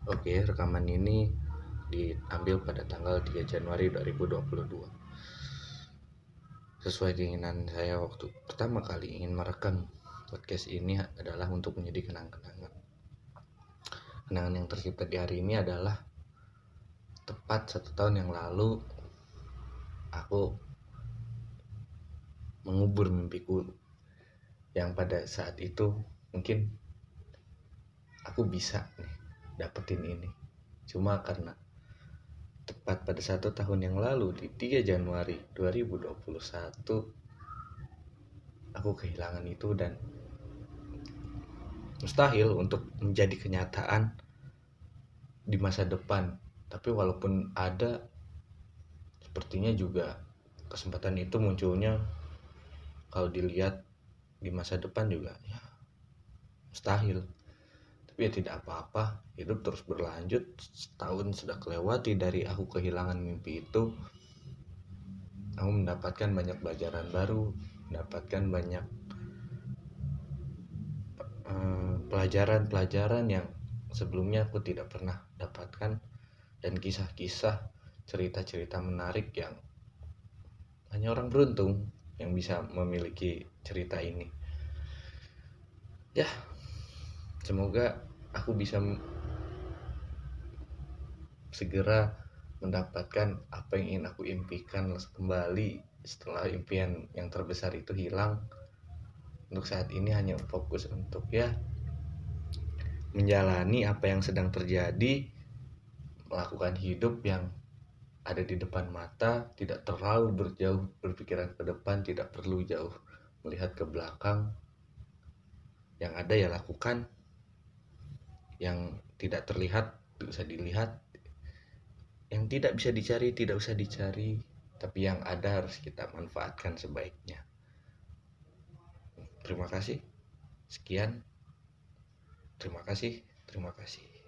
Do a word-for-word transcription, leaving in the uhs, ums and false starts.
Oke, rekaman ini diambil pada tanggal tiga Januari dua ribu dua puluh dua. Sesuai keinginan saya waktu pertama kali ingin merekam podcast ini adalah untuk menjadi kenang-kenangan. Kenangan yang tercipta di hari ini adalah tepat satu tahun yang lalu aku mengubur mimpiku yang pada saat itu mungkin aku bisa nih dapetin ini. Cuma karena tepat pada satu tahun yang lalu di tiga Januari dua ribu dua puluh satu aku kehilangan itu dan mustahil untuk menjadi kenyataan di masa depan. Tapi walaupun ada, sepertinya juga kesempatan itu munculnya kalau dilihat di masa depan juga ya mustahil. Tapi ya tidak apa-apa, hidup terus berlanjut. Setahun sudah kelewati dari aku kehilangan mimpi itu. Aku mendapatkan banyak pelajaran baru, mendapatkan banyak uh, pelajaran-pelajaran yang sebelumnya aku tidak pernah dapatkan, dan kisah-kisah, cerita-cerita menarik yang hanya orang beruntung yang bisa memiliki cerita ini. Ya, semoga aku bisa segera mendapatkan apa yang ingin aku impikan kembali setelah impian yang terbesar itu hilang. Untuk saat ini hanya fokus untuk ya menjalani apa yang sedang terjadi, melakukan hidup yang ada di depan mata, tidak terlalu berjauh berpikiran ke depan, tidak perlu jauh melihat ke belakang. Yang ada ya lakukan, yang tidak terlihat tidak usah dilihat, yang tidak bisa dicari tidak usah dicari, tapi yang ada harus kita manfaatkan sebaiknya. Terima kasih. Sekian. Terima kasih. Terima kasih.